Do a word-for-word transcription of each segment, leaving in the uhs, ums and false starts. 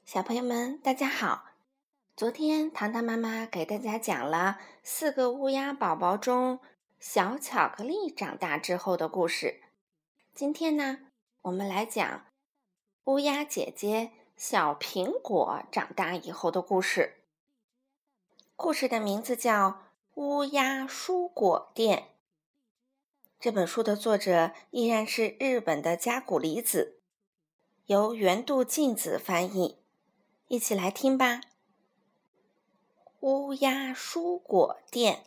小朋友们，大家好！昨天糖糖妈妈给大家讲了四个乌鸦宝宝中小巧克力长大之后的故事。今天呢，我们来讲乌鸦姐姐小苹果长大以后的故事。故事的名字叫《乌鸦蔬果店》。这本书的作者依然是日本的加古里子，由原渡静子翻译。一起来听吧。乌鸦蔬果店。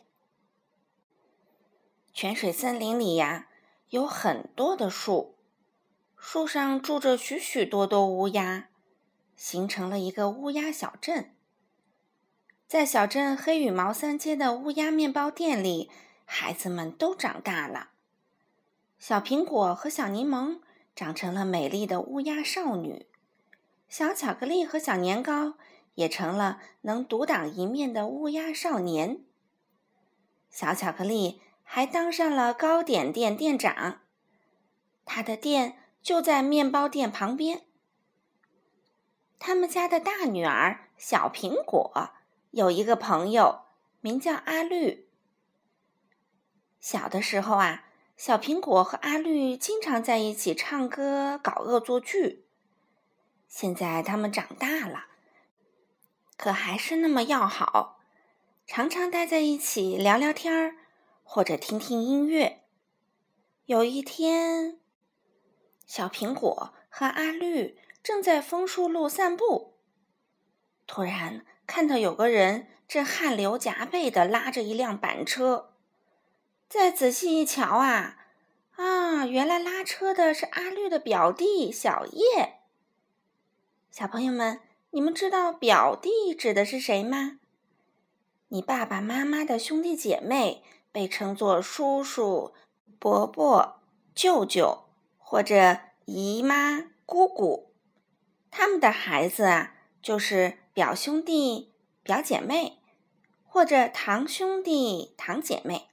泉水森林里呀，有很多的树，树上住着许许多多乌鸦，形成了一个乌鸦小镇。在小镇黑羽毛三街的乌鸦面包店里，孩子们都长大了。小苹果和小柠檬长成了美丽的乌鸦少女，小巧克力和小年糕也成了能独当一面的乌鸦少年。小巧克力还当上了糕点店店长，他的店就在面包店旁边。他们家的大女儿小苹果有一个朋友，名叫阿绿。小的时候啊，小苹果和阿绿经常在一起唱歌搞恶作剧。现在他们长大了，可还是那么要好，常常待在一起聊聊天儿，或者听听音乐。有一天，小苹果和阿绿正在枫树路散步，突然看到有个人正汗流浃背地拉着一辆板车。再仔细一瞧啊，啊，原来拉车的是阿绿的表弟小叶。小朋友们，你们知道表弟指的是谁吗？你爸爸妈妈的兄弟姐妹被称作叔叔、伯伯、舅舅或者姨妈、姑姑，他们的孩子啊，就是表兄弟、表姐妹或者堂兄弟、堂姐妹。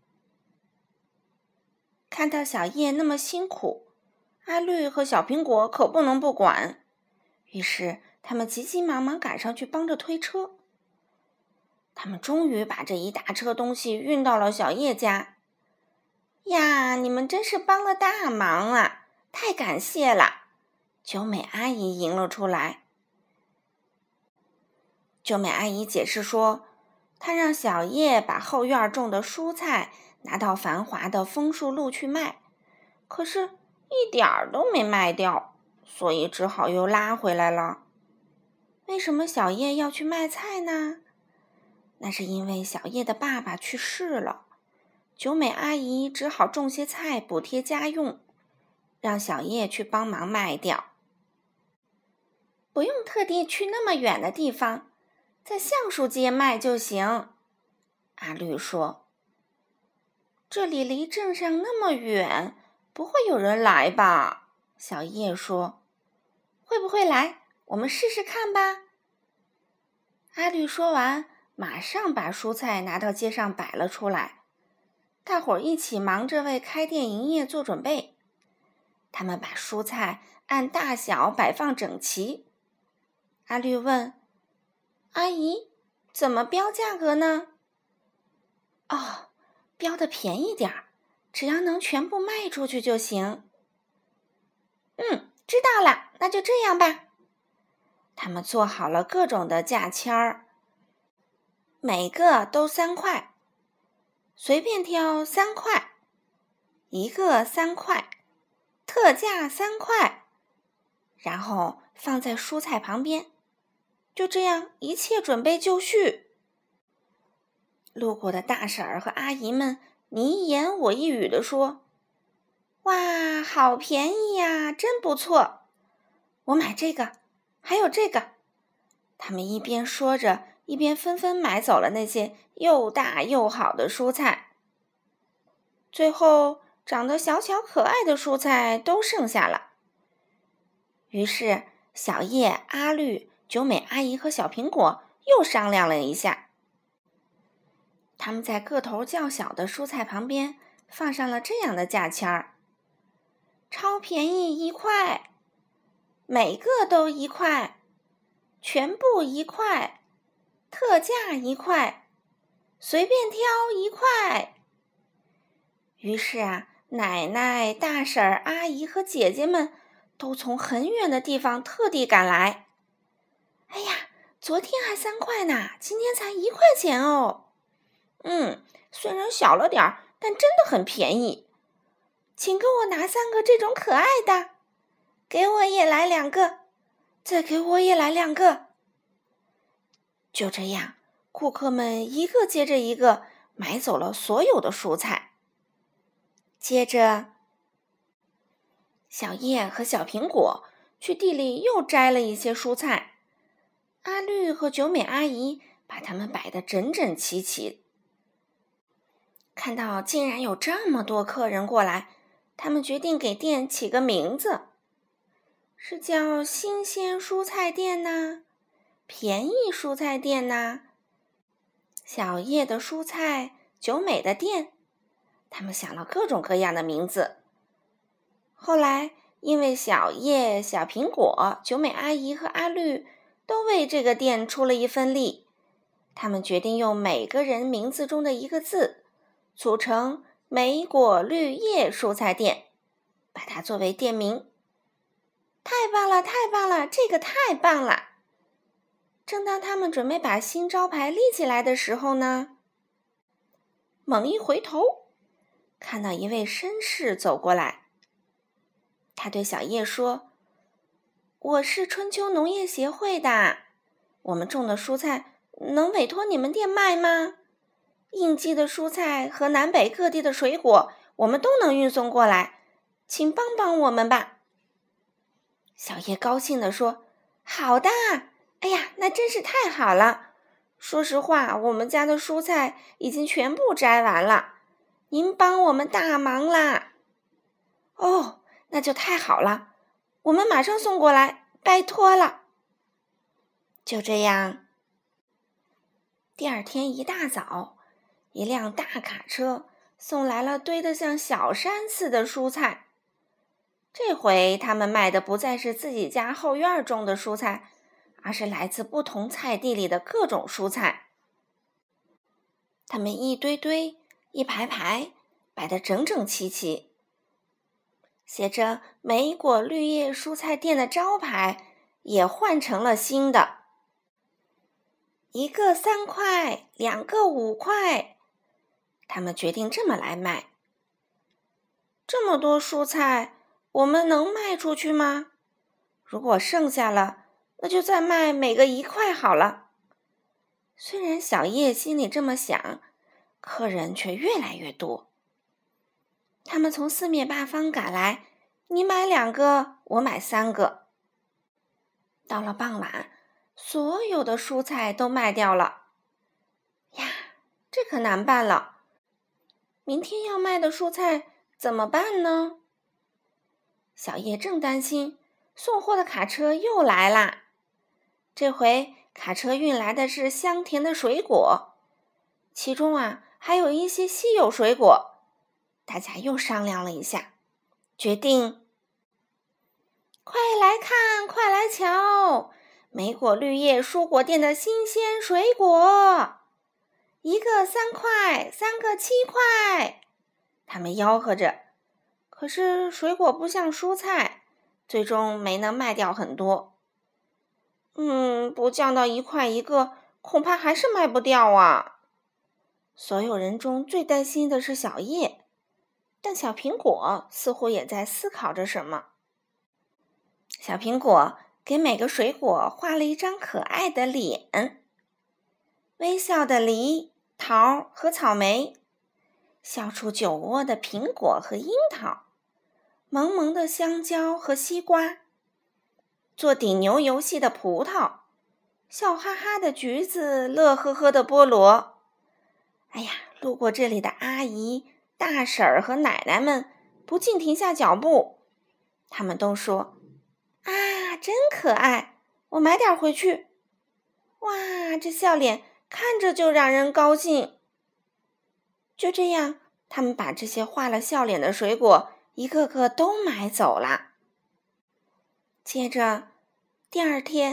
看到小叶那么辛苦，阿绿和小苹果可不能不管，于是他们急急忙忙赶上去帮着推车。他们终于把这一大车东西运到了小叶家。呀，你们真是帮了大忙啊，太感谢了！九美阿姨迎了出来。九美阿姨解释说，她让小叶把后院种的蔬菜拿到繁华的枫树路去卖，可是一点儿都没卖掉，所以只好又拉回来了。为什么小叶要去卖菜呢？那是因为小叶的爸爸去世了，九美阿姨只好种些菜补贴家用，让小叶去帮忙卖掉。不用特地去那么远的地方，在橡树街卖就行，阿绿说。这里离镇上那么远，不会有人来吧？小叶说。会不会来？我们试试看吧。阿绿说完，马上把蔬菜拿到街上摆了出来。大伙儿一起忙着为开店营业做准备。他们把蔬菜按大小摆放整齐。阿绿问：阿姨，怎么标价格呢？哦，标的便宜点儿，只要能全部卖出去就行。嗯，知道了，那就这样吧。他们做好了各种的价签儿，每个都三块，随便挑三块，一个三块，特价三块，然后放在蔬菜旁边。就这样，一切准备就绪。路过的大婶儿和阿姨们你一言我一语地说：哇，好便宜呀，真不错！我买这个，还有这个。他们一边说着，一边纷纷买走了那些又大又好的蔬菜。最后，长得小巧可爱的蔬菜都剩下了。于是，小叶、阿绿、九美阿姨和小苹果又商量了一下。他们在个头较小的蔬菜旁边放上了这样的价签儿：超便宜一块，每个都一块， 全部一块，特价一块，随便挑一块。于是啊，奶奶、大婶儿、阿姨和姐姐们都从很远的地方特地赶来。哎呀，昨天还三块呢，今天才一块钱哦。嗯，虽然小了点儿，但真的很便宜。请给我拿三个这种可爱的，给我也来两个，再给我也来两个。就这样，顾客们一个接着一个买走了所有的蔬菜。接着，小叶和小苹果去地里又摘了一些蔬菜。阿绿和九美阿姨把它们摆得整整齐齐。看到竟然有这么多客人过来，他们决定给店起个名字，是叫新鲜蔬菜店呢，便宜蔬菜店呢，小叶的蔬菜，九美的店。他们想了各种各样的名字。后来因为小叶、小苹果、九美阿姨和阿绿都为这个店出了一份力，他们决定用每个人名字中的一个字组成莓果绿叶蔬菜店，把它作为店名。太棒了，太棒了，这个太棒了！正当他们准备把新招牌立起来的时候呢，猛一回头，看到一位绅士走过来。他对小叶说：“我是春秋农业协会的，我们种的蔬菜能委托你们店卖吗？应季的蔬菜和南北各地的水果，我们都能运送过来，请帮帮我们吧。”小叶高兴地说：“好的，哎呀，那真是太好了！说实话，我们家的蔬菜已经全部摘完了，您帮我们大忙啦！”哦，那就太好了，我们马上送过来，拜托了。就这样，第二天一大早，一辆大卡车送来了堆得像小山似的蔬菜。这回他们卖的不再是自己家后院种的蔬菜，而是来自不同菜地里的各种蔬菜。它们一堆堆，一排排，摆得整整齐齐。写着莓果绿叶蔬菜店的招牌也换成了新的，一个三块，两个五块。他们决定这么来卖。这么多蔬菜，我们能卖出去吗？如果剩下了，那就再卖每个一块好了。虽然小叶心里这么想，客人却越来越多。他们从四面八方赶来，你买两个，我买三个。到了傍晚，所有的蔬菜都卖掉了。呀，这可难办了。明天要卖的蔬菜怎么办呢？小叶正担心，送货的卡车又来啦。这回卡车运来的是香甜的水果，其中啊还有一些稀有水果。大家又商量了一下，决定快来看，快来瞧，莓果绿叶蔬果店的新鲜水果，一个三块，三个七块。他们吆喝着，可是水果不像蔬菜，最终没能卖掉很多。嗯，不降到一块一个，恐怕还是卖不掉啊。所有人中最担心的是小叶，但小苹果似乎也在思考着什么。小苹果给每个水果画了一张可爱的脸，微笑的梨、桃和草莓，笑出酒窝的苹果和樱桃，萌萌的香蕉和西瓜，做顶牛游戏的葡萄，笑哈哈的橘子，乐呵呵的菠萝。哎呀，路过这里的阿姨、大婶儿和奶奶们不禁停下脚步，他们都说：“啊，真可爱，我买点回去。”哇，这笑脸看着就让人高兴。就这样，他们把这些画了笑脸的水果一个个都买走了。接着，第二天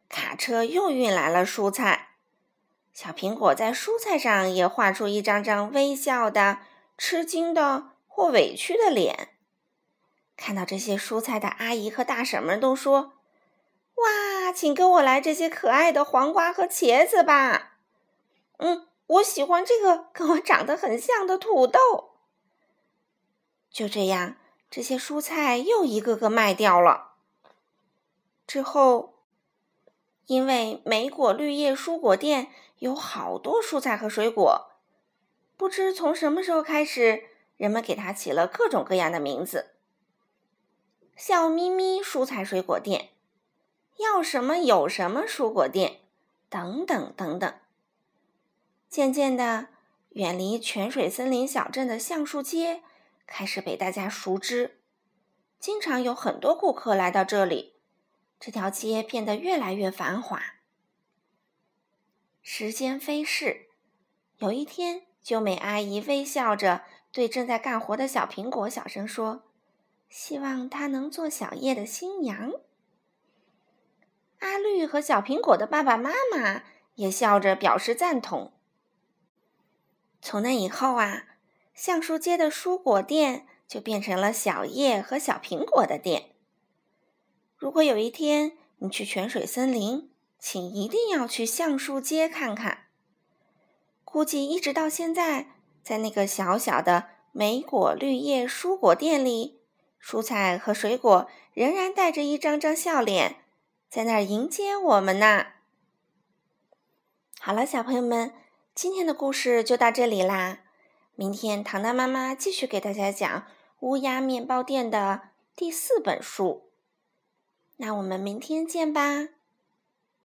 卡车又运来了蔬菜。小苹果在蔬菜上也画出一张张微笑的、吃惊的或委屈的脸。看到这些蔬菜的阿姨和大婶们都说：哇，请给我来这些可爱的黄瓜和茄子吧。嗯，我喜欢这个跟我长得很像的土豆。就这样，这些蔬菜又一个个卖掉了。之后，因为莓果绿叶蔬果店有好多蔬菜和水果，不知从什么时候开始，人们给它起了各种各样的名字。笑眯眯蔬菜水果店，要什么有什么蔬果店，等等等等。渐渐的，远离泉水森林小镇的橡树街开始被大家熟知，经常有很多顾客来到这里，这条街变得越来越繁华。时间飞逝，有一天，鸠美阿姨微笑着对正在干活的小苹果小声说：希望她能做小叶的新娘。阿绿和小苹果的爸爸妈妈也笑着表示赞同。从那以后啊，橡树街的蔬果店就变成了小叶和小苹果的店。如果有一天你去泉水森林，请一定要去橡树街看看。估计一直到现在，在那个小小的莓果绿叶蔬果店里，蔬菜和水果仍然带着一张张笑脸，在那儿迎接我们呢。好了，小朋友们，今天的故事就到这里啦。明天糖糖妈妈继续给大家讲乌鸦面包店的第四本书。那我们明天见吧。